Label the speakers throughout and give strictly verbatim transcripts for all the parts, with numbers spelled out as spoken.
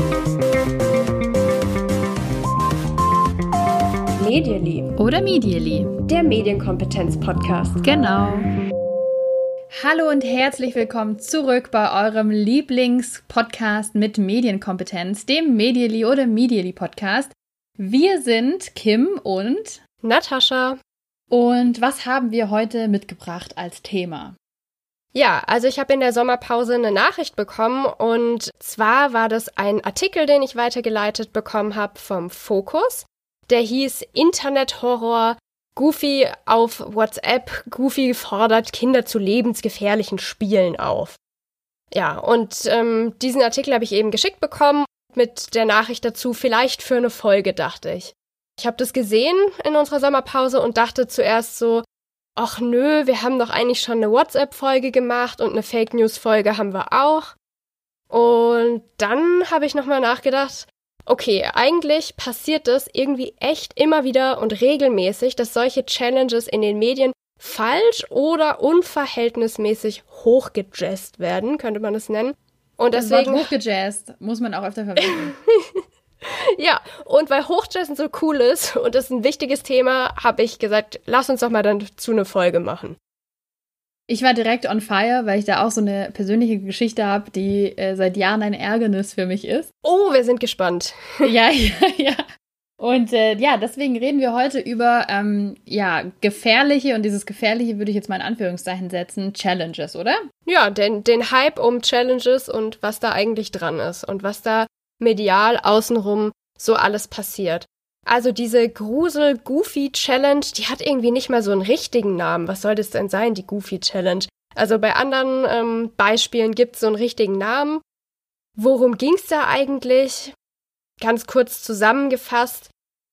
Speaker 1: Medially
Speaker 2: oder Medially,
Speaker 1: der Medienkompetenz-Podcast.
Speaker 2: Genau. Hallo und herzlich willkommen zurück bei eurem Lieblingspodcast mit Medienkompetenz, dem Medially oder Medially Podcast. Wir sind Kim und
Speaker 3: Natascha.
Speaker 2: Und was haben wir heute mitgebracht als Thema?
Speaker 3: Ja, also ich habe in der Sommerpause eine Nachricht bekommen und zwar war das ein Artikel, den ich weitergeleitet bekommen habe vom Focus. Der hieß Internethorror, Goofy auf WhatsApp, Goofy fordert Kinder zu lebensgefährlichen Spielen auf. Ja, und ähm, diesen Artikel habe ich eben geschickt bekommen mit der Nachricht dazu, vielleicht für eine Folge, dachte ich. Ich habe das gesehen in unserer Sommerpause und dachte zuerst so, ach nö, wir haben doch eigentlich schon eine WhatsApp-Folge gemacht und eine Fake-News-Folge haben wir auch. Und dann habe ich nochmal nachgedacht, okay, eigentlich passiert das irgendwie echt immer wieder und regelmäßig, dass solche Challenges in den Medien falsch oder unverhältnismäßig hochgejazzt werden, könnte man es nennen. Und
Speaker 2: das
Speaker 3: deswegen
Speaker 2: Wort hochgejazzt muss man auch öfter verwenden.
Speaker 3: Ja, und weil Hochjazzen so cool ist und das ein wichtiges Thema, habe ich gesagt, lass uns doch mal dann zu eine Folge machen.
Speaker 2: Ich war direkt on fire, weil ich da auch so eine persönliche Geschichte habe, die äh, seit Jahren ein Ärgernis für mich ist.
Speaker 3: Oh, wir sind gespannt.
Speaker 2: Ja, ja, ja. Und äh, ja, deswegen reden wir heute über ähm, ja gefährliche, und dieses Gefährliche würde ich jetzt mal in Anführungszeichen setzen, Challenges, oder?
Speaker 3: Ja, den, den Hype um Challenges und was da eigentlich dran ist und was da medial außenrum so alles passiert. Also diese Grusel-Goofy-Challenge, die hat irgendwie nicht mal so einen richtigen Namen. Was soll das denn sein, die Goofy-Challenge? Also bei anderen ähm, Beispielen gibt es so einen richtigen Namen. Worum ging es da eigentlich? Ganz kurz zusammengefasst.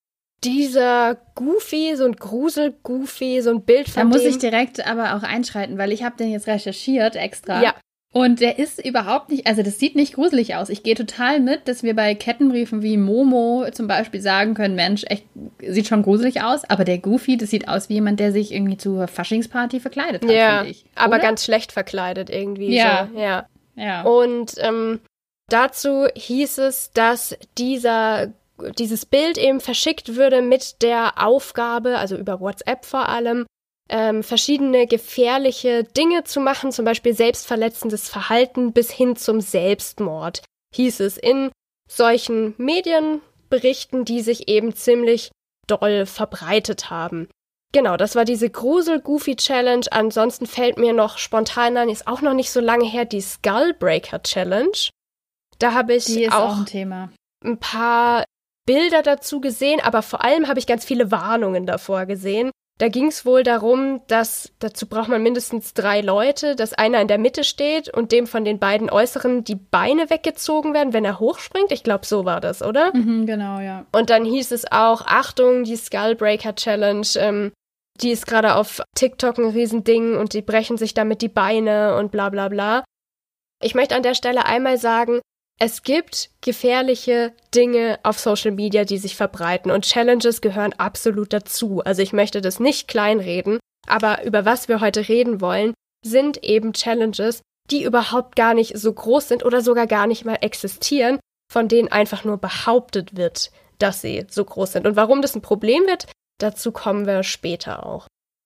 Speaker 3: Dieser Goofy, so ein Grusel-Goofy, so ein Bild von
Speaker 2: Da muss
Speaker 3: dem,
Speaker 2: ich direkt aber auch einschreiten, weil ich habe den jetzt recherchiert extra.
Speaker 3: Ja.
Speaker 2: Und der ist überhaupt nicht, also das sieht nicht gruselig aus. Ich gehe total mit, dass wir bei Kettenbriefen wie Momo zum Beispiel sagen können, Mensch, echt, sieht schon gruselig aus. Aber der Goofy, das sieht aus wie jemand, der sich irgendwie zur Faschingsparty verkleidet hat,
Speaker 3: ja,
Speaker 2: finde ich.
Speaker 3: aber
Speaker 2: Oder?
Speaker 3: ganz schlecht verkleidet irgendwie.
Speaker 2: Ja.
Speaker 3: So. Ja.
Speaker 2: Ja.
Speaker 3: Und ähm, dazu hieß es, dass dieser, dieses Bild eben verschickt würde mit der Aufgabe, also über WhatsApp vor allem, ähm, verschiedene gefährliche Dinge zu machen, zum Beispiel selbstverletzendes Verhalten bis hin zum Selbstmord, hieß es in solchen Medienberichten, die sich eben ziemlich doll verbreitet haben. Genau, das war diese Grusel-Goofy-Challenge. Ansonsten fällt mir noch spontan an, ist auch noch nicht so lange her, die Skullbreaker-Challenge. Da habe ich
Speaker 2: Die ist
Speaker 3: auch,
Speaker 2: auch ein Thema.
Speaker 3: ein paar Bilder dazu gesehen, aber vor allem habe ich ganz viele Warnungen davor gesehen. Da ging es wohl darum, dass, dazu braucht man mindestens drei Leute, dass einer in der Mitte steht und dem von den beiden Äußeren die Beine weggezogen werden, wenn er hochspringt. Ich glaube, so war das, oder?
Speaker 2: Mhm, genau, ja.
Speaker 3: Und dann hieß es auch, Achtung, die Skullbreaker-Challenge, ähm, die ist gerade auf TikTok ein Riesending und die brechen sich damit die Beine und bla bla bla. Ich möchte an der Stelle einmal sagen, es gibt gefährliche Dinge auf Social Media, die sich verbreiten und Challenges gehören absolut dazu. Also ich möchte das nicht kleinreden, aber über was wir heute reden wollen, sind eben Challenges, die überhaupt gar nicht so groß sind oder sogar gar nicht mal existieren, von denen einfach nur behauptet wird, dass sie so groß sind. Und warum das ein Problem wird, dazu kommen wir später auch.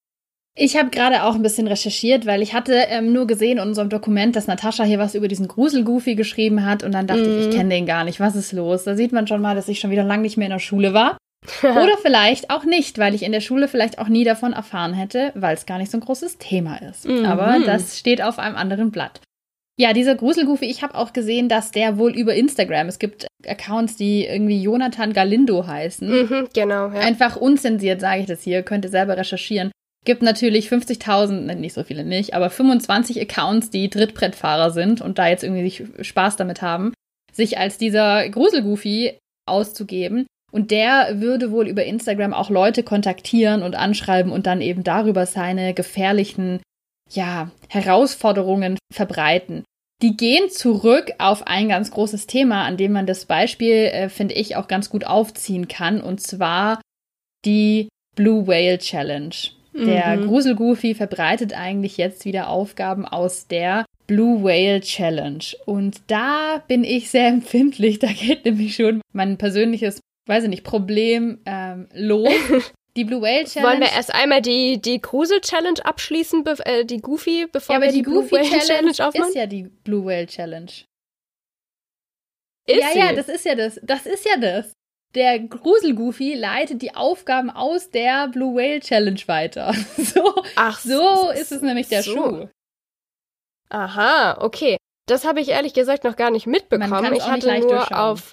Speaker 2: Ich habe gerade auch ein bisschen recherchiert, weil ich hatte ähm, nur gesehen in unserem Dokument, dass Natascha hier was über diesen Grusel-Goofy geschrieben hat und dann dachte
Speaker 3: Mhm.
Speaker 2: ich, ich kenne den gar nicht, was ist los? Da sieht man schon mal, dass ich schon wieder lange nicht mehr in der Schule war. Oder vielleicht auch nicht, weil ich in der Schule vielleicht auch nie davon erfahren hätte, weil es gar nicht so ein großes Thema ist.
Speaker 3: Mhm.
Speaker 2: Aber das steht auf einem anderen Blatt. Ja, dieser Grusel-Goofy, ich habe auch gesehen, dass der wohl über Instagram, es gibt Accounts, die irgendwie Jonathan Galindo heißen.
Speaker 3: Mhm, genau, ja.
Speaker 2: Einfach unzensiert, sage ich das hier, könnt ihr selber recherchieren. Gibt natürlich fünfzigtausend, nicht so viele nicht, aber fünfundzwanzig Accounts, die Trittbrettfahrer sind und da jetzt irgendwie sich Spaß damit haben, sich als dieser Grusel-Goofy auszugeben. Und der würde wohl über Instagram auch Leute kontaktieren und anschreiben und dann eben darüber seine gefährlichen, ja, Herausforderungen verbreiten. Die gehen zurück auf ein ganz großes Thema, an dem man das Beispiel, äh, finde ich, auch ganz gut aufziehen kann, und zwar die Blue Whale Challenge. Der
Speaker 3: Mhm.
Speaker 2: Grusel-Goofy verbreitet eigentlich jetzt wieder Aufgaben aus der Blue Whale Challenge. Und da bin ich sehr empfindlich. Da geht nämlich schon mein persönliches, weiß ich nicht, Problem ähm, los. Die Blue Whale Challenge.
Speaker 3: Wollen wir erst einmal die, die Grusel Challenge abschließen, be- äh, die Goofy, bevor
Speaker 2: ja, aber
Speaker 3: wir die,
Speaker 2: die
Speaker 3: Blue
Speaker 2: Goofy
Speaker 3: Whale
Speaker 2: Challenge,
Speaker 3: Challenge aufmachen?
Speaker 2: ist ja die Blue Whale Challenge.
Speaker 3: Ist
Speaker 2: ja,
Speaker 3: sie?
Speaker 2: ja, das ist ja das. Das ist ja das. Der Grusel-Goofy leitet die Aufgaben aus der Blue Whale Challenge weiter. So,
Speaker 3: Ach,
Speaker 2: so ist es nämlich der
Speaker 3: so.
Speaker 2: Schuh.
Speaker 3: Aha, okay. Das habe ich ehrlich gesagt noch gar nicht mitbekommen.
Speaker 2: Man kann es
Speaker 3: ich
Speaker 2: auch nicht
Speaker 3: hatte
Speaker 2: leicht
Speaker 3: nur
Speaker 2: durchschauen.
Speaker 3: auf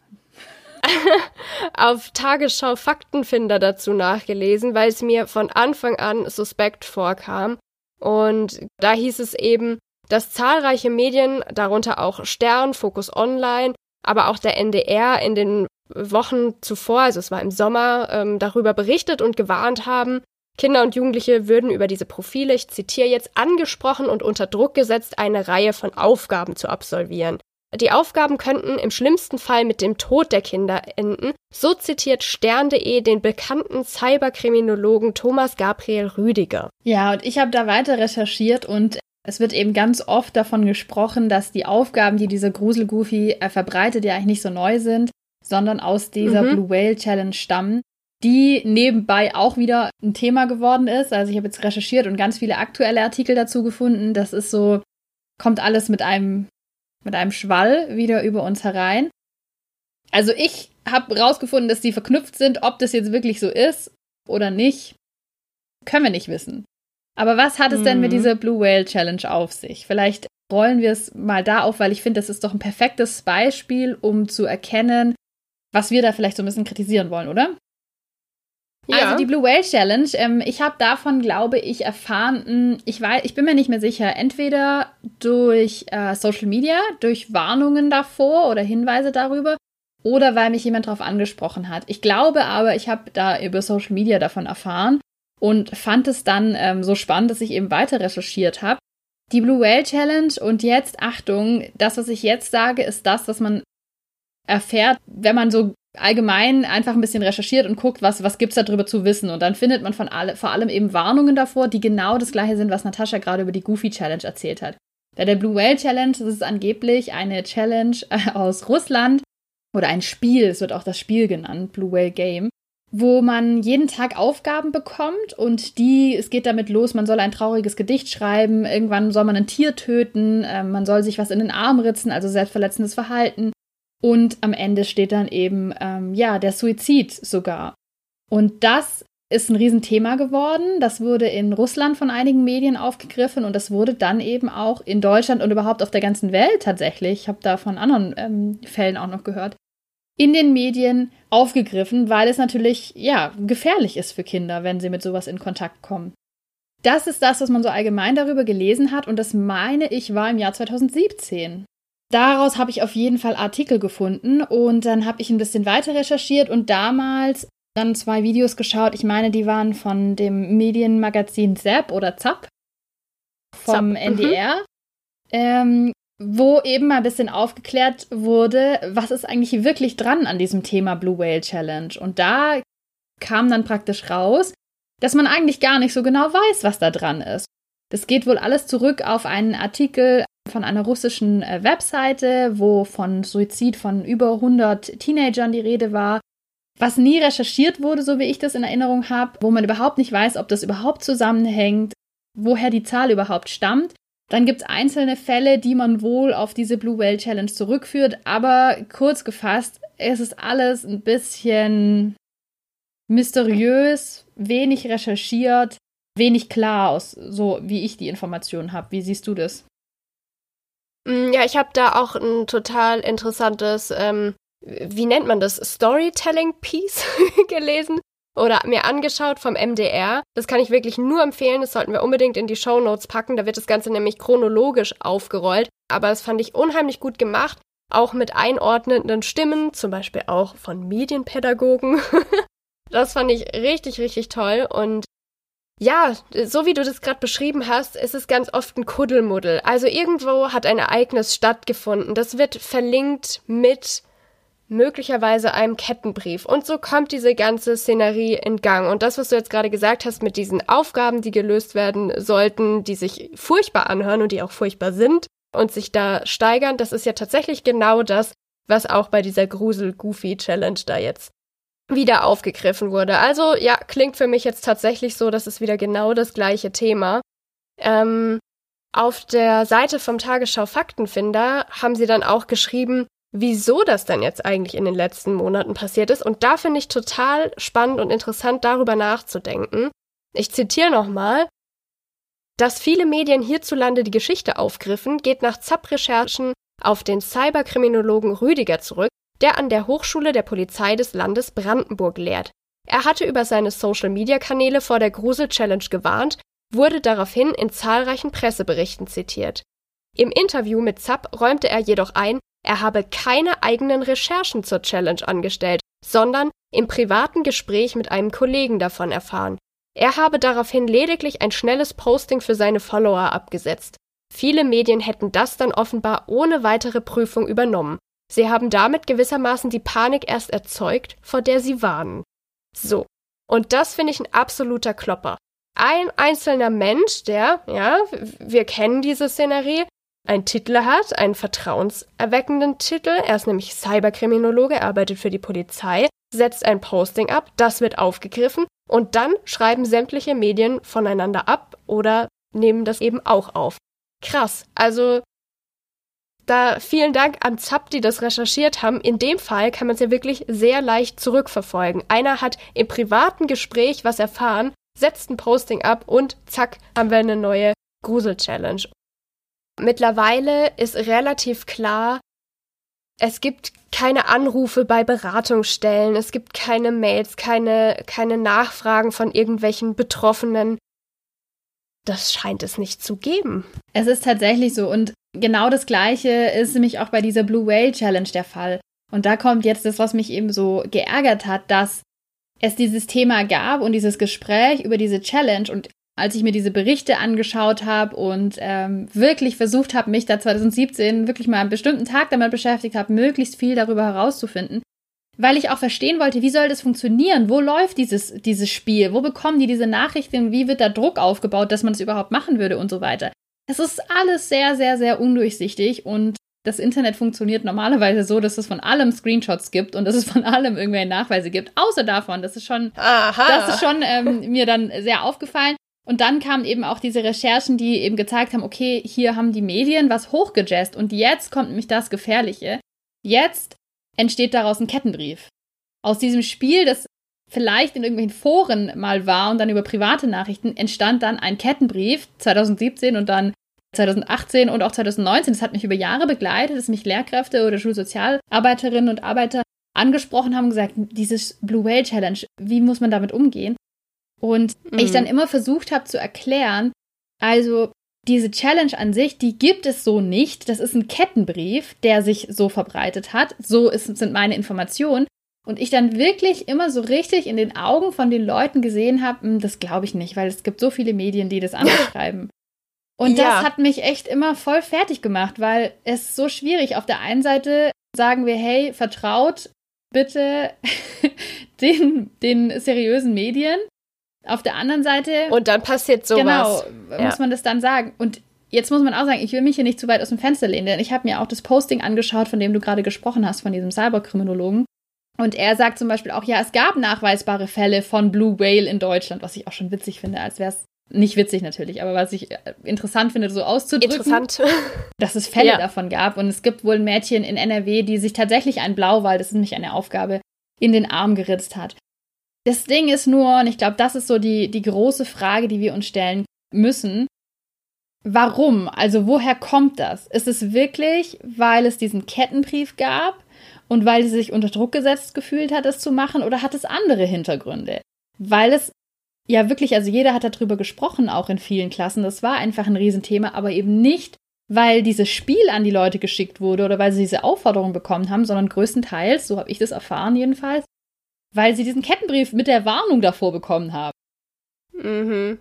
Speaker 3: auf Tagesschau Faktenfinder dazu nachgelesen, weil es mir von Anfang an suspekt vorkam. Und da hieß es eben, dass zahlreiche Medien, darunter auch Stern, Focus Online, aber auch der N D R in den Wochen zuvor, also es war im Sommer, ähm, darüber berichtet und gewarnt haben, Kinder und Jugendliche würden über diese Profile, ich zitiere jetzt, angesprochen und unter Druck gesetzt, eine Reihe von Aufgaben zu absolvieren. Die Aufgaben könnten im schlimmsten Fall mit dem Tod der Kinder enden. So zitiert Stern punkt de den bekannten Cyberkriminologen Thomas Gabriel Rüdiger.
Speaker 2: Ja, und ich habe da weiter recherchiert und es wird eben ganz oft davon gesprochen, dass die Aufgaben, die dieser Grusel-Goofy äh, verbreitet, ja eigentlich nicht so neu sind, sondern aus dieser
Speaker 3: Mhm.
Speaker 2: Blue Whale Challenge stammen, die nebenbei auch wieder ein Thema geworden ist. Also ich habe jetzt recherchiert und ganz viele aktuelle Artikel dazu gefunden. Das ist so, kommt alles mit einem mit einem Schwall wieder über uns herein. Also ich habe rausgefunden, dass die verknüpft sind. Ob das jetzt wirklich so ist oder nicht, können wir nicht wissen. Aber was hat es
Speaker 3: Mhm.
Speaker 2: denn mit dieser Blue Whale Challenge auf sich? Vielleicht rollen wir es mal da auf, weil ich finde, das ist doch ein perfektes Beispiel, um zu erkennen, was wir da vielleicht so ein bisschen kritisieren wollen, oder?
Speaker 3: Ja.
Speaker 2: Also die Blue Whale Challenge, ähm, ich habe davon, glaube ich, erfahren, mh, ich weiß, ich bin mir nicht mehr sicher, entweder durch äh, Social Media, durch Warnungen davor oder Hinweise darüber oder weil mich jemand darauf angesprochen hat. Ich glaube aber, ich habe da über Social Media davon erfahren und fand es dann ähm, so spannend, dass ich eben weiter recherchiert habe. Die Blue Whale Challenge und jetzt, Achtung, das, was ich jetzt sage, ist das, was man erfährt, wenn man so allgemein einfach ein bisschen recherchiert und guckt, was, was gibt's da drüber zu wissen. Und dann findet man von alle, vor allem eben Warnungen davor, die genau das gleiche sind, was Natascha gerade über die Goofy Challenge erzählt hat. Bei der Blue Whale Challenge, das ist angeblich eine Challenge äh, aus Russland oder ein Spiel, es wird auch das Spiel genannt, Blue Whale Game, wo man jeden Tag Aufgaben bekommt und die, es geht damit los, man soll ein trauriges Gedicht schreiben, irgendwann soll man ein Tier töten, äh, man soll sich was in den Arm ritzen, also selbstverletzendes Verhalten. Und am Ende steht dann eben, ähm, ja, der Suizid sogar. Und das ist ein Riesenthema geworden. Das wurde in Russland von einigen Medien aufgegriffen und das wurde dann eben auch in Deutschland und überhaupt auf der ganzen Welt tatsächlich, ich habe da von anderen ähm, Fällen auch noch gehört, in den Medien aufgegriffen, weil es natürlich, ja, gefährlich ist für Kinder, wenn sie mit sowas in Kontakt kommen. Das ist das, was man so allgemein darüber gelesen hat und das, meine ich, war im Jahr zweitausendsiebzehn. Daraus habe ich auf jeden Fall Artikel gefunden und dann habe ich ein bisschen weiter recherchiert und damals dann zwei Videos geschaut. Ich meine, die waren von dem Medienmagazin Zapp oder Zapp vom
Speaker 3: Zapp,
Speaker 2: N D R, mhm. ähm, wo eben mal ein bisschen aufgeklärt wurde, was ist eigentlich wirklich dran an diesem Thema Blue Whale Challenge. Und da kam dann praktisch raus, dass man eigentlich gar nicht so genau weiß, was da dran ist. Das geht wohl alles zurück auf einen Artikel von einer russischen äh, Webseite, wo von Suizid von über hundert Teenagern die Rede war, was nie recherchiert wurde, so wie ich das in Erinnerung habe, wo man überhaupt nicht weiß, ob das überhaupt zusammenhängt, woher die Zahl überhaupt stammt. Dann gibt es einzelne Fälle, die man wohl auf diese Blue Whale Challenge zurückführt, aber kurz gefasst, es ist alles ein bisschen mysteriös, wenig recherchiert, wenig klar aus, so wie ich die Informationen habe. Wie siehst du das?
Speaker 3: Ja, ich habe da auch ein total interessantes, ähm, wie nennt man das, Storytelling-Piece gelesen oder mir angeschaut vom M D R. Das kann ich wirklich nur empfehlen, das sollten wir unbedingt in die Shownotes packen, da wird das Ganze nämlich chronologisch aufgerollt, aber das fand ich unheimlich gut gemacht, auch mit einordnenden Stimmen, zum Beispiel auch von Medienpädagogen. Das fand ich richtig, richtig toll und ja, so wie du das gerade beschrieben hast, ist es ganz oft ein Kuddelmuddel. Also irgendwo hat ein Ereignis stattgefunden. Das wird verlinkt mit möglicherweise einem Kettenbrief. Und so kommt diese ganze Szenerie in Gang. Und das, was du jetzt gerade gesagt hast mit diesen Aufgaben, die gelöst werden sollten, die sich furchtbar anhören und die auch furchtbar sind, und sich da steigern. Das ist ja tatsächlich genau das, was auch bei dieser Grusel-Goofy-Challenge da jetzt wieder aufgegriffen wurde. Also ja, klingt für mich jetzt tatsächlich so, das ist wieder genau das gleiche Thema. Ähm, auf der Seite vom Tagesschau Faktenfinder haben sie dann auch geschrieben, wieso das dann jetzt eigentlich in den letzten Monaten passiert ist. Und da finde ich total spannend und interessant, darüber nachzudenken. Ich zitiere nochmal. Dass viele Medien hierzulande die Geschichte aufgriffen, geht nach ZAP-Recherchen auf den Cyberkriminologen Rüdiger zurück, der an der Hochschule der Polizei des Landes Brandenburg lehrt. Er hatte über seine Social-Media-Kanäle vor der Grusel-Challenge gewarnt, wurde daraufhin in zahlreichen Presseberichten zitiert. Im Interview mit ZAP räumte er jedoch ein, er habe keine eigenen Recherchen zur Challenge angestellt, sondern im privaten Gespräch mit einem Kollegen davon erfahren. Er habe daraufhin lediglich ein schnelles Posting für seine Follower abgesetzt. Viele Medien hätten das dann offenbar ohne weitere Prüfung übernommen. Sie haben damit gewissermaßen die Panik erst erzeugt, vor der sie warnen. So, und das finde ich ein absoluter Klopper. Ein einzelner Mensch, der, ja, wir kennen diese Szenerie, einen Titel hat, einen vertrauenserweckenden Titel, er ist nämlich Cyberkriminologe, er arbeitet für die Polizei, setzt ein Posting ab, das wird aufgegriffen und dann schreiben sämtliche Medien voneinander ab oder nehmen das eben auch auf. Krass, also da vielen Dank an ZAP, die das recherchiert haben. In dem Fall kann man es ja wirklich sehr leicht zurückverfolgen. Einer hat im privaten Gespräch was erfahren, setzt ein Posting ab und zack, haben wir eine neue Grusel-Challenge. Mittlerweile ist relativ klar, es gibt keine Anrufe bei Beratungsstellen, es gibt keine Mails, keine, keine Nachfragen von irgendwelchen Betroffenen. Das scheint es nicht zu geben.
Speaker 2: Es ist tatsächlich so und genau das Gleiche ist nämlich auch bei dieser Blue Whale Challenge der Fall. Und da kommt jetzt das, was mich eben so geärgert hat, dass es dieses Thema gab und dieses Gespräch über diese Challenge und als ich mir diese Berichte angeschaut habe und ähm, wirklich versucht habe, mich da zwanzig siebzehn wirklich mal einen bestimmten Tag damit beschäftigt habe, möglichst viel darüber herauszufinden, weil ich auch verstehen wollte, wie soll das funktionieren? Wo läuft dieses, dieses Spiel? Wo bekommen die diese Nachrichten? Wie wird da Druck aufgebaut, dass man es überhaupt machen würde und so weiter? Es ist alles sehr, sehr, sehr undurchsichtig und das Internet funktioniert normalerweise so, dass es von allem Screenshots gibt und dass es von allem irgendwelche Nachweise gibt, außer davon. Das ist schon,
Speaker 3: Aha.
Speaker 2: das ist schon ähm, mir dann sehr aufgefallen. Und dann kamen eben auch diese Recherchen, die eben gezeigt haben, okay, hier haben die Medien was hochgejazzt und jetzt kommt nämlich das Gefährliche. Jetzt entsteht daraus ein Kettenbrief. Aus diesem Spiel, das vielleicht in irgendwelchen Foren mal war und dann über private Nachrichten, entstand dann ein Kettenbrief zwanzig siebzehn und dann zwanzig achtzehn und auch zwanzig neunzehn. Das hat mich über Jahre begleitet, dass mich Lehrkräfte oder Schulsozialarbeiterinnen und Arbeiter angesprochen haben und gesagt, dieses Blue Whale Challenge, wie muss man damit umgehen? Und mhm. ich dann immer versucht habe zu erklären, also diese Challenge an sich, die gibt es so nicht. Das ist ein Kettenbrief, der sich so verbreitet hat. So ist, sind meine Informationen. Und ich dann wirklich immer so richtig in den Augen von den Leuten gesehen habe, das glaube ich nicht, weil es gibt so viele Medien, die das anders schreiben. Und
Speaker 3: ja.
Speaker 2: das hat mich echt immer voll fertig gemacht, weil es ist so schwierig. Auf der einen Seite sagen wir, hey, vertraut bitte den, den seriösen Medien. Auf der anderen Seite...
Speaker 3: Und dann passiert sowas.
Speaker 2: Genau, ja. muss man das dann sagen. Und jetzt muss man auch sagen, ich will mich hier nicht zu weit aus dem Fenster lehnen, denn ich habe mir auch das Posting angeschaut, von dem du gerade gesprochen hast, von diesem Cyberkriminologen. Und er sagt zum Beispiel auch, ja, es gab nachweisbare Fälle von Blue Whale in Deutschland, was ich auch schon witzig finde, als wäre es nicht witzig natürlich, aber was ich interessant finde, so auszudrücken,
Speaker 3: Interessant.
Speaker 2: dass es Fälle
Speaker 3: ja.
Speaker 2: davon gab. Und es gibt wohl ein Mädchen in N R W, die sich tatsächlich ein Blauwal, das ist nämlich eine Aufgabe, in den Arm geritzt hat. Das Ding ist nur, und ich glaube, das ist so die, die große Frage, die wir uns stellen müssen, warum? Also woher kommt das? Ist es wirklich, weil es diesen Kettenbrief gab und weil sie sich unter Druck gesetzt gefühlt hat, das zu machen, oder hat es andere Hintergründe? Weil es ja wirklich, also jeder hat darüber gesprochen, auch in vielen Klassen, das war einfach ein Riesenthema, aber eben nicht, weil dieses Spiel an die Leute geschickt wurde oder weil sie diese Aufforderung bekommen haben, sondern größtenteils, so habe ich das erfahren jedenfalls, weil sie diesen Kettenbrief mit der Warnung davor bekommen haben.
Speaker 3: Mhm.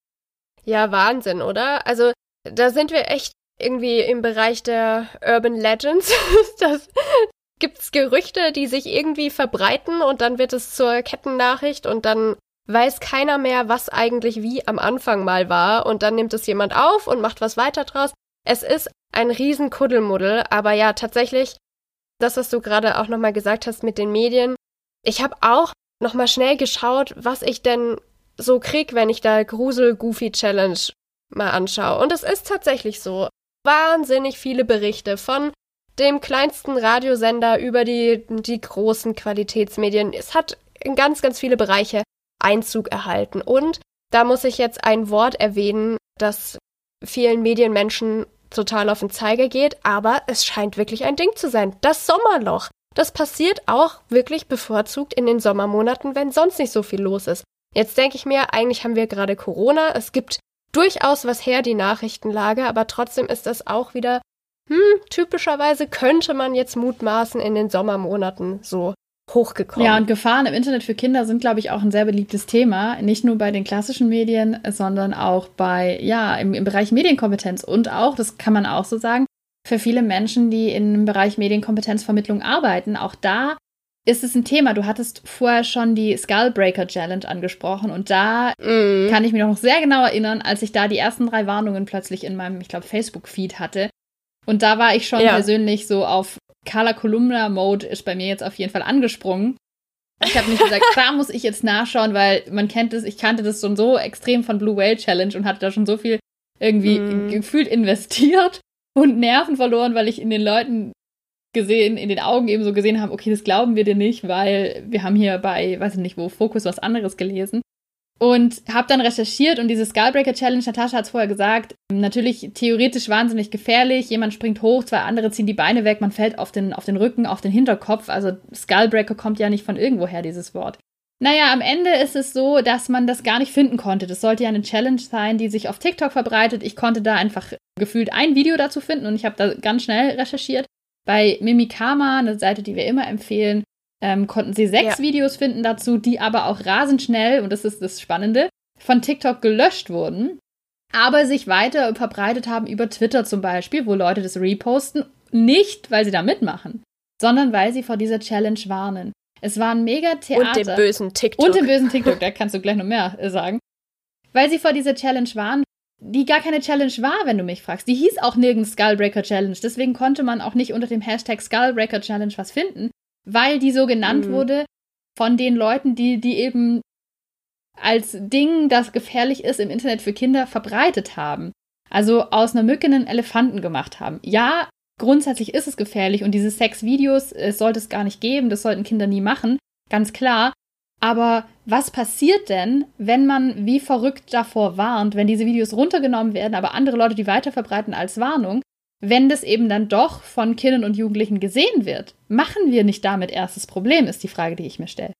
Speaker 3: Ja, Wahnsinn, oder? Also, da sind wir echt irgendwie im Bereich der Urban Legends. Das gibt's Gerüchte, die sich irgendwie verbreiten und dann wird es zur Kettennachricht und dann weiß keiner mehr, was eigentlich wie am Anfang mal war und dann nimmt es jemand auf und macht was weiter draus. Es ist ein riesen Kuddelmuddel, aber ja, tatsächlich, das, was du gerade auch nochmal gesagt hast mit den Medien, ich habe auch nochmal schnell geschaut, was ich denn so krieg, wenn ich da Grusel-Goofy-Challenge mal anschaue. Und es ist tatsächlich so. Wahnsinnig viele Berichte von dem kleinsten Radiosender über die, die großen Qualitätsmedien. Es hat in ganz, ganz viele Bereiche Einzug erhalten. Und da muss ich jetzt ein Wort erwähnen, das vielen Medienmenschen total auf den Zeiger geht, aber es scheint wirklich ein Ding zu sein. Das Sommerloch. Das passiert auch wirklich bevorzugt in den Sommermonaten, wenn sonst nicht so viel los ist. Jetzt denke ich mir, eigentlich haben wir gerade Corona. Es gibt durchaus was her, die Nachrichtenlage, aber trotzdem ist das auch wieder, hm, typischerweise könnte man jetzt mutmaßen in den Sommermonaten so hochgekommen.
Speaker 2: Ja, und Gefahren im Internet für Kinder sind, glaube ich, auch ein sehr beliebtes Thema. Nicht nur bei den klassischen Medien, sondern auch bei, ja, im, im Bereich Medienkompetenz und auch, das kann man auch so sagen, für viele Menschen, die im Bereich Medienkompetenzvermittlung arbeiten. Auch da ist es ein Thema. Du hattest vorher schon die Skullbreaker Challenge angesprochen und da mm. kann ich mich noch sehr genau erinnern, als ich da die ersten drei Warnungen plötzlich in meinem, ich glaube, Facebook-Feed hatte. Und da war ich schon ja. persönlich so auf Carla Kolumna-Mode, ist bei mir jetzt auf jeden Fall angesprungen. Ich habe nicht gesagt, da muss ich jetzt nachschauen, weil man kennt es, ich kannte das schon so extrem von Blue Whale Challenge und hatte da schon so viel irgendwie mm. gefühlt investiert und Nerven verloren, weil ich in den Leuten gesehen, in den Augen eben so gesehen habe, okay, das glauben wir dir nicht, weil wir haben hier bei, weiß ich nicht wo, Fokus was anderes gelesen. Und habe dann recherchiert und diese Skullbreaker Challenge, Natascha hat es vorher gesagt, natürlich theoretisch wahnsinnig gefährlich. Jemand springt hoch, zwei andere ziehen die Beine weg, man fällt auf den, auf den Rücken, auf den Hinterkopf. Also Skullbreaker kommt ja nicht von irgendwoher, dieses Wort. Naja, am Ende ist es so, dass man das gar nicht finden konnte. Das sollte ja eine Challenge sein, die sich auf TikTok verbreitet. Ich konnte da einfach gefühlt ein Video dazu finden und ich habe da ganz schnell recherchiert. Bei Mimikama, eine Seite, die wir immer empfehlen, ähm, konnten sie sechs ja. Videos finden dazu, die aber auch rasend schnell, und das ist das Spannende, von TikTok gelöscht wurden, aber sich weiter verbreitet haben über Twitter zum Beispiel, wo Leute das reposten, nicht, weil sie da mitmachen, sondern weil sie vor dieser Challenge warnen. Es war ein mega Theater.
Speaker 3: Und dem bösen TikTok.
Speaker 2: Und dem bösen TikTok, da kannst du gleich noch mehr sagen. Weil sie vor dieser Challenge waren, die gar keine Challenge war, wenn du mich fragst. Die hieß auch nirgends Skullbreaker Challenge. Deswegen konnte man auch nicht unter dem Hashtag Skullbreaker Challenge was finden, weil die so genannt mhm. wurde von den Leuten, die die eben als Ding, das gefährlich ist, im Internet für Kinder verbreitet haben. Also aus einer Mücke einen Elefanten gemacht haben. Ja, grundsätzlich ist es gefährlich und diese Sexvideos, es sollte es gar nicht geben, das sollten Kinder nie machen, ganz klar. Aber was passiert denn, wenn man wie verrückt davor warnt, wenn diese Videos runtergenommen werden, aber andere Leute die weiterverbreiten als Warnung, wenn das eben dann doch von Kindern und Jugendlichen gesehen wird? Machen wir nicht damit erst das Problem, ist die Frage, die ich mir stelle.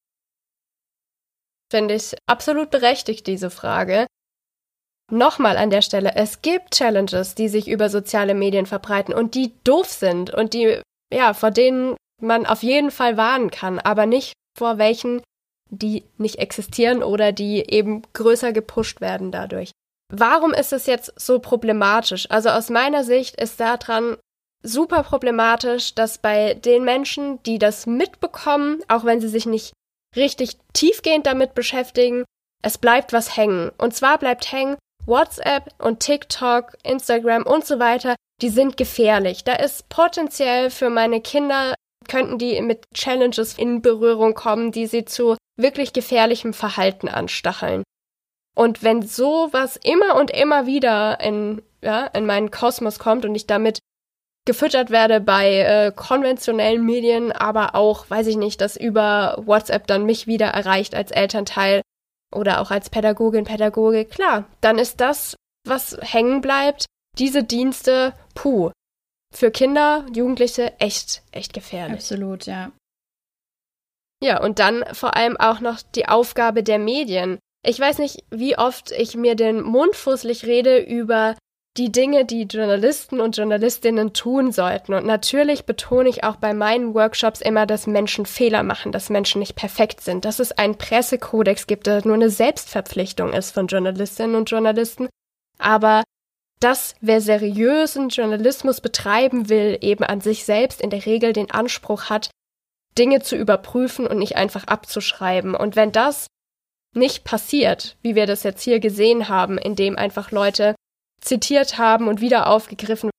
Speaker 3: Finde ich absolut berechtigt, diese Frage. Nochmal an der Stelle, es gibt Challenges, die sich über soziale Medien verbreiten und die doof sind und die, ja, vor denen man auf jeden Fall warnen kann, aber nicht vor welchen, die nicht existieren oder die eben größer gepusht werden dadurch. Warum ist es jetzt so problematisch? Also aus meiner Sicht ist daran super problematisch, dass bei den Menschen, die das mitbekommen, auch wenn sie sich nicht richtig tiefgehend damit beschäftigen, es bleibt was hängen. Und zwar bleibt hängen, WhatsApp und TikTok, Instagram und so weiter, die sind gefährlich. Da ist potenziell für meine Kinder, könnten die mit Challenges in Berührung kommen, die sie zu wirklich gefährlichem Verhalten anstacheln. Und wenn sowas immer und immer wieder in, ja, in meinen Kosmos kommt und ich damit gefüttert werde bei äh, konventionellen Medien, aber auch, weiß ich nicht, dass über WhatsApp dann mich wieder erreicht als Elternteil oder auch als Pädagogin, Pädagoge, klar, dann ist das, was hängen bleibt, diese Dienste, puh, für Kinder, Jugendliche echt, echt gefährlich.
Speaker 2: Absolut, ja.
Speaker 3: Ja, und dann vor allem auch noch die Aufgabe der Medien. Ich weiß nicht, wie oft ich mir den Mund fusselig rede über die Dinge, die Journalisten und Journalistinnen tun sollten. Und natürlich betone ich auch bei meinen Workshops immer, dass Menschen Fehler machen, dass Menschen nicht perfekt sind, dass es einen Pressekodex gibt, der nur eine Selbstverpflichtung ist von Journalistinnen und Journalisten. Aber dass wer seriösen Journalismus betreiben will, eben an sich selbst in der Regel den Anspruch hat, Dinge zu überprüfen und nicht einfach abzuschreiben. Und wenn das nicht passiert, wie wir das jetzt hier gesehen haben, indem einfach Leute zitiert haben und wieder aufgegriffen,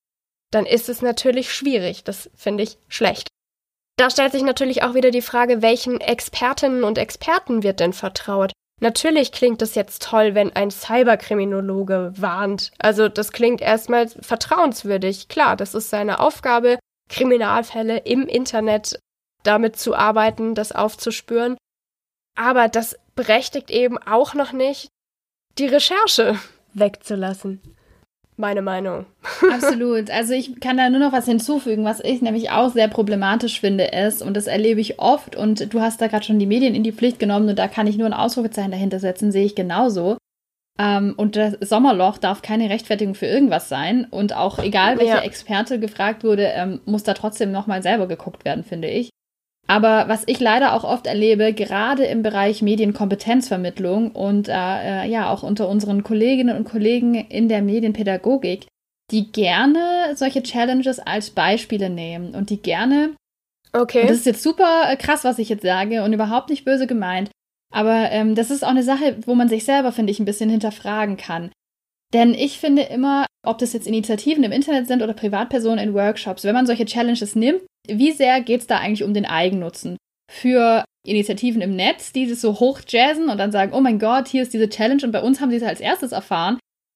Speaker 3: dann ist es natürlich schwierig. Das finde ich schlecht. Da stellt sich natürlich auch wieder die Frage, welchen Expertinnen und Experten wird denn vertraut? Natürlich klingt es jetzt toll, wenn ein Cyberkriminologe warnt. Also das klingt erstmal vertrauenswürdig. Klar, das ist seine Aufgabe, Kriminalfälle im Internet damit zu arbeiten, das aufzuspüren. Aber das berechtigt eben auch noch nicht, die Recherche wegzulassen. Meine Meinung.
Speaker 2: Absolut. Also ich kann da nur noch was hinzufügen, was ich nämlich auch sehr problematisch finde ist, und das erlebe ich oft, und du hast da gerade schon die Medien in die Pflicht genommen und da kann ich nur ein Ausrufezeichen dahinter setzen, sehe ich genauso. Ähm, und das Sommerloch darf keine Rechtfertigung für irgendwas sein, und auch egal, welcher ja. Experte gefragt wurde, ähm, muss da trotzdem nochmal selber geguckt werden, finde ich. Aber was ich leider auch oft erlebe, gerade im Bereich Medienkompetenzvermittlung und äh, ja auch unter unseren Kolleginnen und Kollegen in der Medienpädagogik, die gerne solche Challenges als Beispiele nehmen und die gerne,
Speaker 3: okay,
Speaker 2: und das ist jetzt super krass, was ich jetzt sage und überhaupt nicht böse gemeint, aber ähm, das ist auch eine Sache, wo man sich selber, finde ich, ein bisschen hinterfragen kann. Denn ich finde immer, ob das jetzt Initiativen im Internet sind oder Privatpersonen in Workshops, wenn man solche Challenges nimmt, wie sehr geht es da eigentlich um den Eigennutzen? Für Initiativen im Netz, die das so hochjazzen und dann sagen, oh mein Gott, hier ist diese Challenge und bei uns haben sie es als erstes erfahren.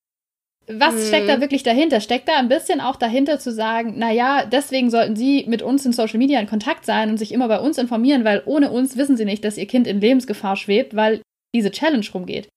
Speaker 2: Was hm. steckt da wirklich dahinter? Steckt da ein bisschen auch dahinter zu sagen, naja, deswegen sollten sie mit uns in Social Media in Kontakt sein und sich immer bei uns informieren, weil ohne uns wissen sie nicht, dass ihr Kind in Lebensgefahr schwebt, weil diese Challenge rumgeht.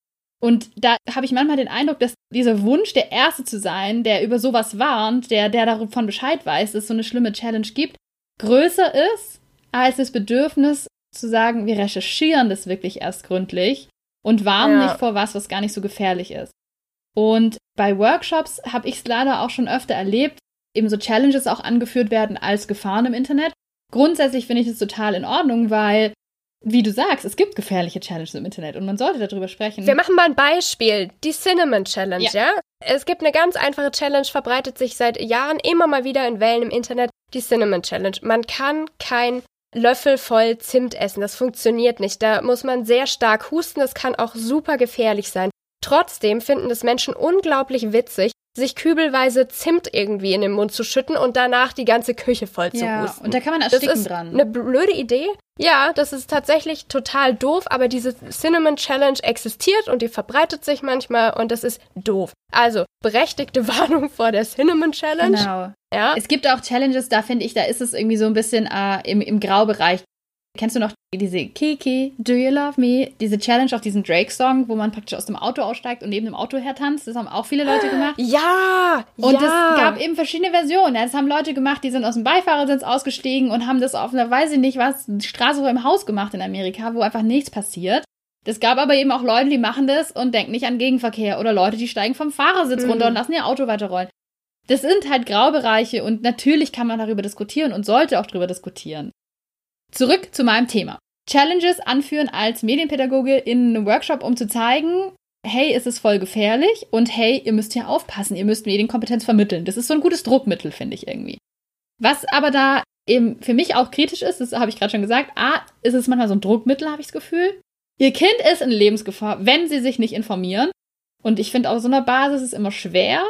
Speaker 2: Und da habe ich manchmal den Eindruck, dass dieser Wunsch, der Erste zu sein, der über sowas warnt, der, der davon Bescheid weiß, dass es so eine schlimme Challenge gibt, größer ist als das Bedürfnis zu sagen, wir recherchieren das wirklich erst gründlich und warnen ja. nicht vor was, was gar nicht so gefährlich ist. Und bei Workshops habe ich es leider auch schon öfter erlebt, eben so Challenges auch angeführt werden als Gefahren im Internet. Grundsätzlich finde ich das total in Ordnung, weil, wie du sagst, es gibt gefährliche Challenges im Internet und man sollte darüber sprechen.
Speaker 3: Wir machen mal ein Beispiel. Die Cinnamon Challenge, ja? ja? Es gibt eine ganz einfache Challenge, verbreitet sich seit Jahren immer mal wieder in Wellen im Internet. Die Cinnamon Challenge. Man kann kein Löffel voll Zimt essen. Das funktioniert nicht. Da muss man sehr stark husten. Das kann auch super gefährlich sein. Trotzdem finden das Menschen unglaublich witzig, sich kübelweise Zimt irgendwie in den Mund zu schütten und danach die ganze Küche voll zu
Speaker 2: ja,
Speaker 3: husten.
Speaker 2: Und da kann man ersticken
Speaker 3: das ist
Speaker 2: dran.
Speaker 3: Eine blöde Idee. Ja, das ist tatsächlich total doof, aber diese Cinnamon Challenge existiert und die verbreitet sich manchmal und das ist doof. Also, berechtigte Warnung vor der Cinnamon Challenge.
Speaker 2: Genau.
Speaker 3: Ja.
Speaker 2: Es gibt auch Challenges, da finde ich, da ist es irgendwie so ein bisschen äh, im, im Graubereich. Kennst du noch diese Kiki, Do You Love Me? Diese Challenge auf diesen Drake-Song, wo man praktisch aus dem Auto aussteigt und neben dem Auto hertanzt. Das haben auch viele Leute gemacht.
Speaker 3: Ja,
Speaker 2: Und
Speaker 3: ja.
Speaker 2: es gab eben verschiedene Versionen. Das haben Leute gemacht, die sind aus dem Beifahrersitz ausgestiegen und haben das auf einer, weiß ich nicht was, Straße vor dem Haus gemacht in Amerika, wo einfach nichts passiert. Es gab aber eben auch Leute, die machen das und denken nicht an Gegenverkehr. Oder Leute, die steigen vom Fahrersitz mhm. runter und lassen ihr Auto weiterrollen. Das sind halt Graubereiche und natürlich kann man darüber diskutieren und sollte auch darüber diskutieren. Zurück zu meinem Thema. Challenges anführen als Medienpädagoge in einem Workshop, um zu zeigen, hey, es ist voll gefährlich und hey, ihr müsst hier aufpassen, ihr müsst Medienkompetenz vermitteln. Das ist so ein gutes Druckmittel, finde ich irgendwie. Was aber da eben für mich auch kritisch ist, das habe ich gerade schon gesagt, A, ist es manchmal so ein Druckmittel, habe ich das Gefühl. Ihr Kind ist in Lebensgefahr, wenn sie sich nicht informieren. Und ich finde, auf so einer Basis ist es immer schwer,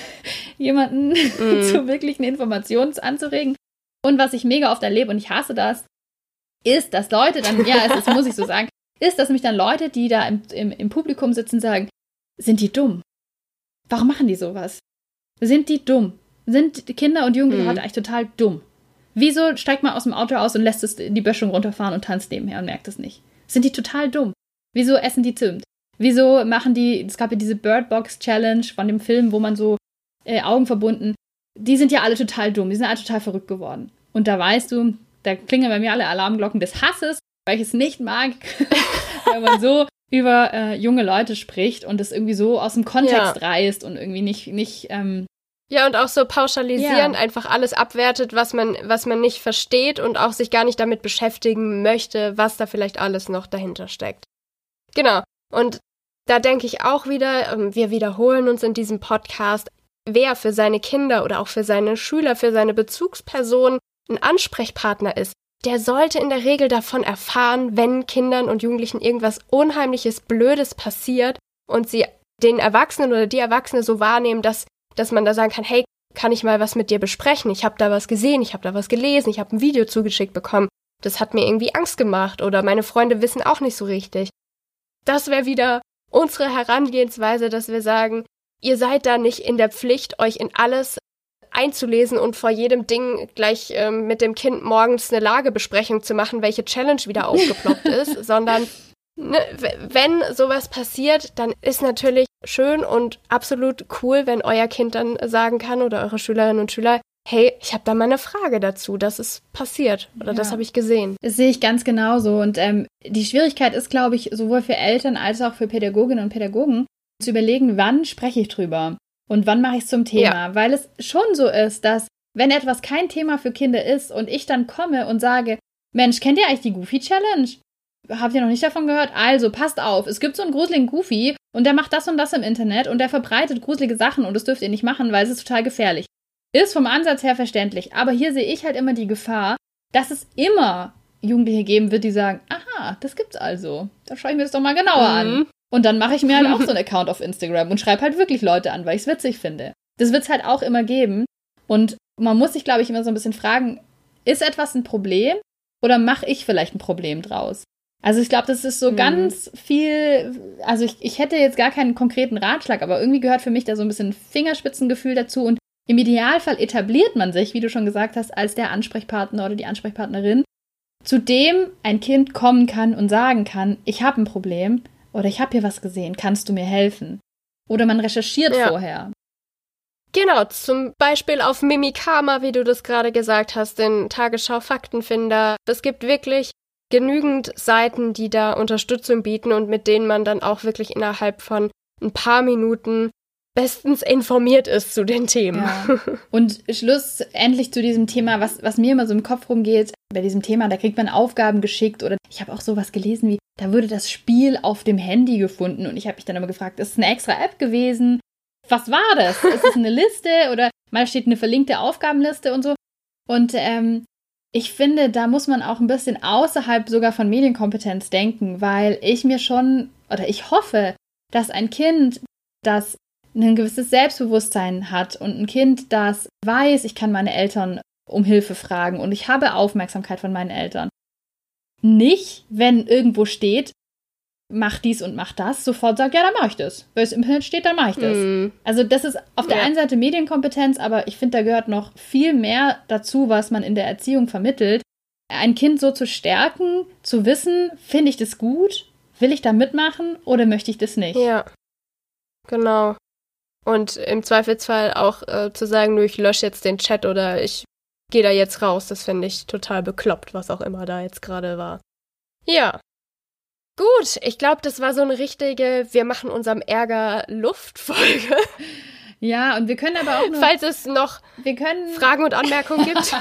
Speaker 2: jemanden mm. zu wirklichen Informationen anzuregen. Und was ich mega oft erlebe, und ich hasse das, ist, dass Leute dann, ja, es ist, muss ich so sagen, ist, dass mich dann Leute, die da im, im, im Publikum sitzen, sagen, sind die dumm? Warum machen die sowas? Sind die dumm? Sind die Kinder und Jugendliche mhm. heute eigentlich total dumm? Wieso steigt man aus dem Auto aus und lässt es die Böschung runterfahren und tanzt nebenher und merkt es nicht? Sind die total dumm? Wieso essen die Zimt? Wieso machen die, es gab ja diese Bird Box Challenge von dem Film, wo man so äh, Augen verbunden, die sind ja alle total dumm, die sind alle total verrückt geworden. Und da weißt du, da klingeln bei mir alle Alarmglocken des Hasses, weil ich es nicht mag, wenn man so über äh, junge Leute spricht und es irgendwie so aus dem Kontext ja. reißt und irgendwie nicht... nicht ähm,
Speaker 3: ja, und auch so pauschalisierend
Speaker 2: ja.
Speaker 3: einfach alles abwertet, was man, was man nicht versteht und auch sich gar nicht damit beschäftigen möchte, was da vielleicht alles noch dahinter steckt. Genau. Und da denke ich auch wieder, wir wiederholen uns in diesem Podcast, wer für seine Kinder oder auch für seine Schüler, für seine Bezugspersonen ein Ansprechpartner ist, der sollte in der Regel davon erfahren, wenn Kindern und Jugendlichen irgendwas Unheimliches, Blödes passiert und sie den Erwachsenen oder die Erwachsene so wahrnehmen, dass, dass man da sagen kann, hey, kann ich mal was mit dir besprechen? Ich habe da was gesehen, ich habe da was gelesen, ich habe ein Video zugeschickt bekommen. Das hat mir irgendwie Angst gemacht oder meine Freunde wissen auch nicht so richtig. Das wäre wieder unsere Herangehensweise, dass wir sagen, ihr seid da nicht in der Pflicht, euch in alles einzulesen und vor jedem Ding gleich ähm, mit dem Kind morgens eine Lagebesprechung zu machen, welche Challenge wieder aufgeploppt ist, sondern ne, wenn sowas passiert, dann ist natürlich schön und absolut cool, wenn euer Kind dann sagen kann oder eure Schülerinnen und Schüler, hey, ich habe da mal eine Frage dazu, das ist passiert oder ja. Das habe ich gesehen.
Speaker 2: Das sehe ich ganz genauso und ähm, die Schwierigkeit ist, glaube ich, sowohl für Eltern als auch für Pädagoginnen und Pädagogen, zu überlegen, wann spreche ich drüber und wann mache ich es zum Thema, ja. Weil es schon so ist, dass wenn etwas kein Thema für Kinder ist und ich dann komme und sage, Mensch, kennt ihr eigentlich die Goofy-Challenge? Habt ihr noch nicht davon gehört? Also, passt auf, es gibt so einen gruseligen Goofy und der macht das und das im Internet und der verbreitet gruselige Sachen und das dürft ihr nicht machen, weil es ist total gefährlich. Ist vom Ansatz her verständlich, aber hier sehe ich halt immer die Gefahr, dass es immer Jugendliche geben wird, die sagen, aha, das gibt's also. Da schaue ich mir das doch mal genauer mhm. an. Und dann mache ich mir halt auch so einen Account auf Instagram und schreibe halt wirklich Leute an, weil ich es witzig finde. Das wird es halt auch immer geben. Und man muss sich, glaube ich, immer so ein bisschen fragen, ist etwas ein Problem oder mache ich vielleicht ein Problem draus? Also ich glaube, das ist so mhm. ganz viel, also ich, ich hätte jetzt gar keinen konkreten Ratschlag, aber irgendwie gehört für mich da so ein bisschen Fingerspitzengefühl dazu und im Idealfall etabliert man sich, wie du schon gesagt hast, als der Ansprechpartner oder die Ansprechpartnerin, zu dem ein Kind kommen kann und sagen kann, ich habe ein Problem oder ich habe hier was gesehen, kannst du mir helfen? Oder man recherchiert ja. vorher.
Speaker 3: Genau, zum Beispiel auf Mimikama, wie du das gerade gesagt hast, den Tagesschau-Faktenfinder. Es gibt wirklich genügend Seiten, die da Unterstützung bieten und mit denen man dann auch wirklich innerhalb von ein paar Minuten bestens informiert ist zu den Themen.
Speaker 2: Ja. Und schlussendlich zu diesem Thema, was, was mir immer so im Kopf rumgeht, bei diesem Thema, da kriegt man Aufgaben geschickt oder ich habe auch sowas gelesen wie, da wurde das Spiel auf dem Handy gefunden und ich habe mich dann immer gefragt, ist es eine extra App gewesen? Was war das? Ist es eine Liste oder mal steht eine verlinkte Aufgabenliste und so? Und ähm, ich finde, da muss man auch ein bisschen außerhalb sogar von Medienkompetenz denken, weil ich mir schon, oder ich hoffe, dass ein Kind, das ein gewisses Selbstbewusstsein hat und ein Kind, das weiß, ich kann meine Eltern um Hilfe fragen und ich habe Aufmerksamkeit von meinen Eltern. Nicht, wenn irgendwo steht, mach dies und mach das, sofort sagt, ja, dann mache ich das. Weil es im Internet steht, dann mache ich das. Mm. Also das ist auf der ja. einen Seite Medienkompetenz, aber ich finde, da gehört noch viel mehr dazu, was man in der Erziehung vermittelt. Ein Kind so zu stärken, zu wissen, finde ich das gut? Will ich da mitmachen oder möchte ich das nicht?
Speaker 3: Ja, genau. Und im Zweifelsfall auch äh, zu sagen, nur ich lösche jetzt den Chat oder ich gehe da jetzt raus, das finde ich total bekloppt, was auch immer da jetzt gerade war. Ja. Gut, ich glaube, das war so eine richtige, wir machen unserem Ärger Luft-Folge.
Speaker 2: Ja, und wir können aber auch nur...
Speaker 3: Falls es noch
Speaker 2: wir können,
Speaker 3: Fragen und Anmerkungen gibt.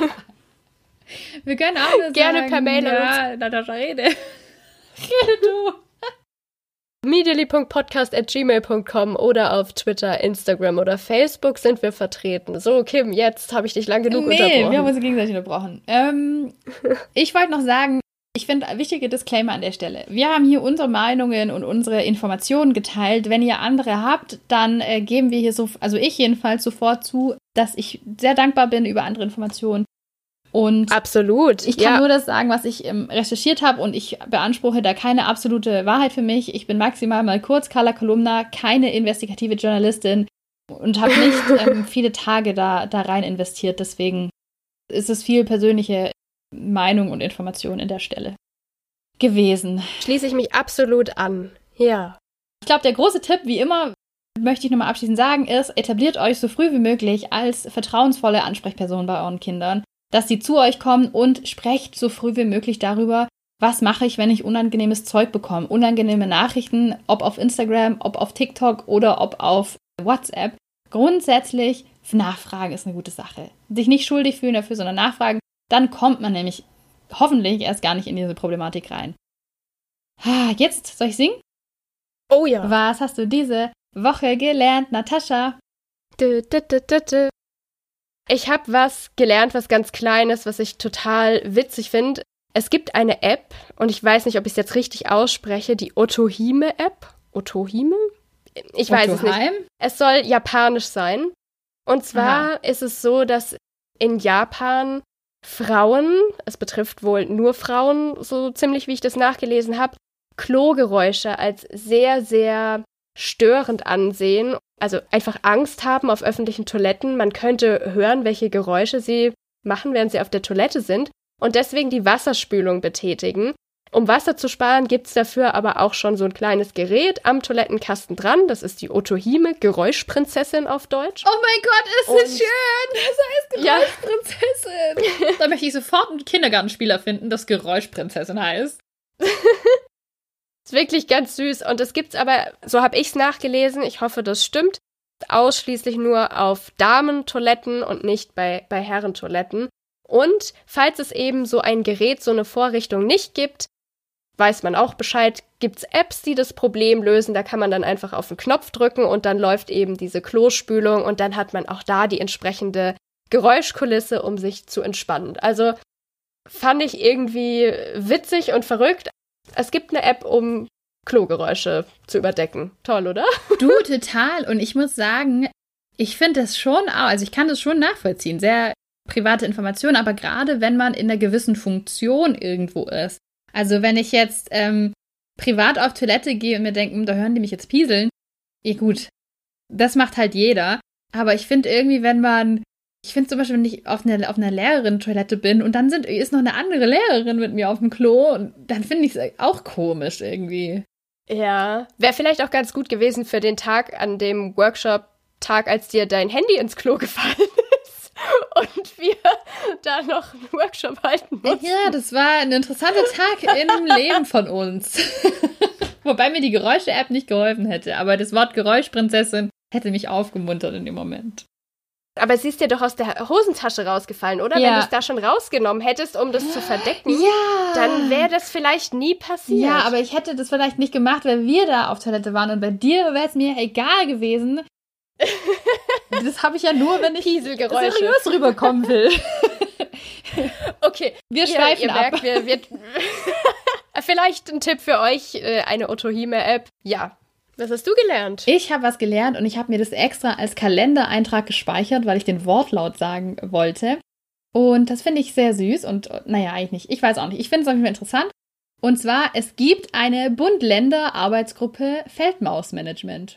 Speaker 2: Wir können auch nur
Speaker 3: gerne
Speaker 2: sagen,
Speaker 3: per Mail
Speaker 2: ja, Natascha, rede. Rede du.
Speaker 3: medially punkt podcast at gmail punkt com oder auf Twitter, Instagram oder Facebook sind wir vertreten. So, Kim, jetzt habe ich dich lang genug
Speaker 2: nee,
Speaker 3: unterbrochen.
Speaker 2: wir haben uns gegenseitig unterbrochen. Ähm, ich wollte noch sagen, ich finde, wichtige Disclaimer an der Stelle. Wir haben hier unsere Meinungen und unsere Informationen geteilt. Wenn ihr andere habt, dann äh, geben wir hier so, also ich jedenfalls sofort zu, dass ich sehr dankbar bin über andere Informationen. Und
Speaker 3: absolut.
Speaker 2: Ich kann
Speaker 3: ja.
Speaker 2: nur das sagen, was ich ähm, recherchiert habe und ich beanspruche da keine absolute Wahrheit für mich. Ich bin maximal mal kurz Carla Kolumna, keine investigative Journalistin und habe nicht ähm, viele Tage da, da rein investiert. Deswegen ist es viel persönliche Meinung und Information in der Stelle gewesen.
Speaker 3: Schließe ich mich absolut an. Ja.
Speaker 2: Ich glaube, der große Tipp, wie immer, möchte ich nochmal abschließend sagen, ist, etabliert euch so früh wie möglich als vertrauensvolle Ansprechperson bei euren Kindern, dass sie zu euch kommen und sprecht so früh wie möglich darüber, was mache ich, wenn ich unangenehmes Zeug bekomme. Unangenehme Nachrichten, ob auf Instagram, ob auf TikTok oder ob auf WhatsApp. Grundsätzlich, nachfragen ist eine gute Sache. Sich nicht schuldig fühlen dafür, sondern nachfragen. Dann kommt man nämlich hoffentlich erst gar nicht in diese Problematik rein. Jetzt, soll ich singen?
Speaker 3: Oh ja.
Speaker 2: Was hast du diese Woche gelernt, Natascha?
Speaker 3: Du, du, du, du, du. Ich habe was gelernt, was ganz Kleines, was ich total witzig finde. Es gibt eine App, und ich weiß nicht, ob ich es jetzt richtig ausspreche, die Otohime-App. Otohime? Ich weiß es nicht. Es soll japanisch sein. Und zwar Aha. ist es so, dass in Japan Frauen, es betrifft wohl nur Frauen, so ziemlich wie ich das nachgelesen habe, Klogeräusche als sehr, sehr störend ansehen. Also einfach Angst haben auf öffentlichen Toiletten. Man könnte hören, welche Geräusche sie machen, während sie auf der Toilette sind. Und deswegen die Wasserspülung betätigen. Um Wasser zu sparen, gibt es dafür aber auch schon so ein kleines Gerät am Toilettenkasten dran. Das ist die Otohime, Geräuschprinzessin auf Deutsch.
Speaker 2: Oh mein Gott, ist das Und, schön! Das heißt Geräuschprinzessin. Ja. Da möchte ich sofort einen Kindergartenspieler finden, das Geräuschprinzessin heißt.
Speaker 3: Ist wirklich ganz süß. Und das gibt's aber, so habe ich es nachgelesen, ich hoffe, das stimmt, ausschließlich nur auf Damentoiletten und nicht bei, bei Herrentoiletten. Und falls es eben so ein Gerät, so eine Vorrichtung nicht gibt, weiß man auch Bescheid, gibt's Apps, die das Problem lösen. Da kann man dann einfach auf den Knopf drücken und dann läuft eben diese Klospülung und dann hat man auch da die entsprechende Geräuschkulisse, um sich zu entspannen. Also fand ich irgendwie witzig und verrückt. Es gibt eine App, um Klogeräusche zu überdecken. Toll, oder?
Speaker 2: Du, total. Und ich muss sagen, ich finde das schon auch, also ich kann das schon nachvollziehen. Sehr private Informationen, aber gerade wenn man in einer gewissen Funktion irgendwo ist. Also wenn ich jetzt ähm, privat auf Toilette gehe und mir denke, da hören die mich jetzt pieseln. Eh gut, das macht halt jeder. Aber ich finde irgendwie, wenn man, ich finde zum Beispiel, wenn ich auf einer, auf einer Lehrerin-Toilette bin und dann sind, ist noch eine andere Lehrerin mit mir auf dem Klo, und dann finde ich es auch komisch irgendwie.
Speaker 3: Ja, wäre vielleicht auch ganz gut gewesen für den Tag, an dem Workshop-Tag, als dir dein Handy ins Klo gefallen ist und wir da noch einen Workshop halten mussten.
Speaker 2: Ja, das war ein interessanter Tag im Leben von uns. Wobei mir die Geräusche-App nicht geholfen hätte, aber das Wort Geräuschprinzessin hätte mich aufgemuntert in dem Moment.
Speaker 3: Aber sie ist dir doch aus der Hosentasche rausgefallen, oder?
Speaker 2: Ja.
Speaker 3: Wenn du es da schon rausgenommen hättest, um das zu verdecken,
Speaker 2: ja.
Speaker 3: dann wäre das vielleicht nie passiert.
Speaker 2: Ja, aber ich hätte das vielleicht nicht gemacht, weil wir da auf Toilette waren. Und bei dir wäre es mir egal gewesen. Das habe ich ja nur, wenn ich seriös rüberkommen will.
Speaker 3: Okay.
Speaker 2: Wir schweifen
Speaker 3: ihr, ihr
Speaker 2: ab.
Speaker 3: Merkt, wir, wir vielleicht ein Tipp für euch, eine Otohime-App. Ja. Was hast du gelernt?
Speaker 2: Ich habe was gelernt und ich habe mir das extra als Kalendereintrag gespeichert, weil ich den Wortlaut sagen wollte. Und das finde ich sehr süß und naja, eigentlich nicht. Ich weiß auch nicht. Ich finde es auf jeden Fall interessant. Und zwar, es gibt eine Bund-Länder-Arbeitsgruppe Feldmausmanagement.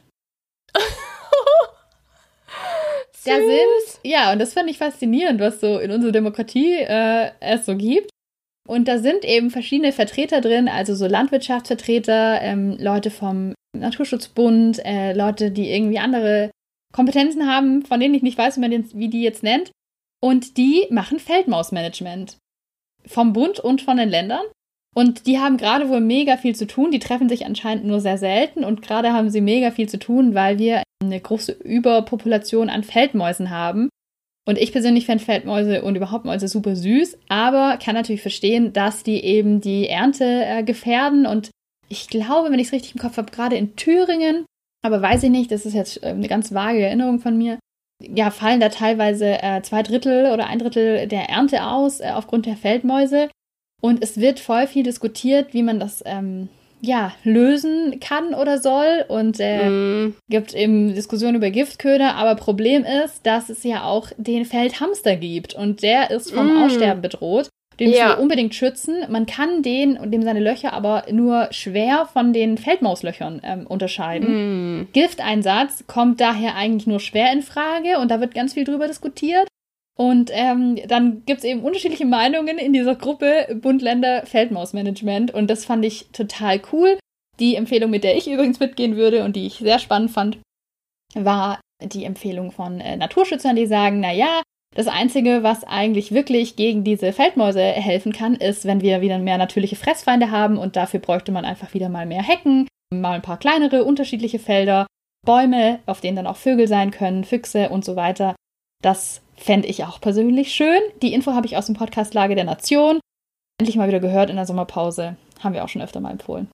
Speaker 2: Da sind, ja, und das finde ich faszinierend, was so in unserer Demokratie äh, es so gibt. Und da sind eben verschiedene Vertreter drin, also so Landwirtschaftsvertreter, ähm, Leute vom Naturschutzbund, äh, Leute, die irgendwie andere Kompetenzen haben, von denen ich nicht weiß, wie man den, wie die jetzt nennt. Und die machen Feldmausmanagement vom Bund und von den Ländern. Und die haben gerade wohl mega viel zu tun. Die treffen sich anscheinend nur sehr selten. Und gerade haben sie mega viel zu tun, weil wir eine große Überpopulation an Feldmäusen haben. Und ich persönlich fände Feldmäuse und überhaupt Mäuse super süß, aber kann natürlich verstehen, dass die eben die Ernte äh, gefährden. Und ich glaube, wenn ich es richtig im Kopf habe, gerade in Thüringen, aber weiß ich nicht, das ist jetzt äh, eine ganz vage Erinnerung von mir, ja, fallen da teilweise äh, zwei Drittel oder ein Drittel der Ernte aus äh, aufgrund der Feldmäuse. Und es wird voll viel diskutiert, wie man das ähm, ja, lösen kann oder soll. Und äh, mm. gibt eben Diskussionen über Giftköder. Aber Problem ist, dass es ja auch den Feldhamster gibt. Und der ist vom mm. Aussterben bedroht. Den müssen ja. wir unbedingt schützen. Man kann den und dem seine Löcher aber nur schwer von den Feldmauslöchern ähm, unterscheiden. Mm. Gifteinsatz kommt daher eigentlich nur schwer in Frage. Und da wird ganz viel drüber diskutiert. Und ähm, dann gibt es eben unterschiedliche Meinungen in dieser Gruppe Bund-Länder-Feldmausmanagement. Und das fand ich total cool. Die Empfehlung, mit der ich übrigens mitgehen würde und die ich sehr spannend fand, war die Empfehlung von äh, Naturschützern, die sagen, naja, das Einzige, was eigentlich wirklich gegen diese Feldmäuse helfen kann, ist, wenn wir wieder mehr natürliche Fressfeinde haben. Und dafür bräuchte man einfach wieder mal mehr Hecken, mal ein paar kleinere, unterschiedliche Felder, Bäume, auf denen dann auch Vögel sein können, Füchse und so weiter. Das fände ich auch persönlich schön. Die Info habe ich aus dem Podcast Lage der Nation. Endlich mal wieder gehört in der Sommerpause. Haben wir auch schon öfter mal empfohlen.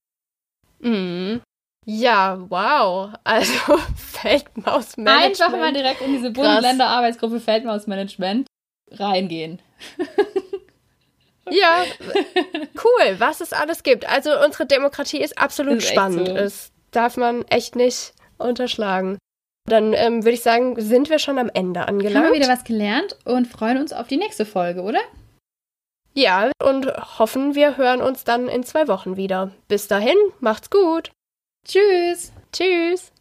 Speaker 3: Mm. Ja, wow. Also Feldmausmanagement.
Speaker 2: Einfach mal direkt in diese Bund-Länder-Arbeitsgruppe Feldmausmanagement reingehen.
Speaker 3: Ja, cool, was es alles gibt. Also unsere Demokratie ist absolut ist spannend. So. Das darf man echt nicht unterschlagen. Dann ähm, würde ich sagen, sind wir schon am Ende angelangt.
Speaker 2: Haben wir wieder was gelernt und freuen uns auf die nächste Folge, oder?
Speaker 3: Ja, und hoffen, wir hören uns dann in zwei Wochen wieder. Bis dahin, macht's gut.
Speaker 2: Tschüss.
Speaker 3: Tschüss.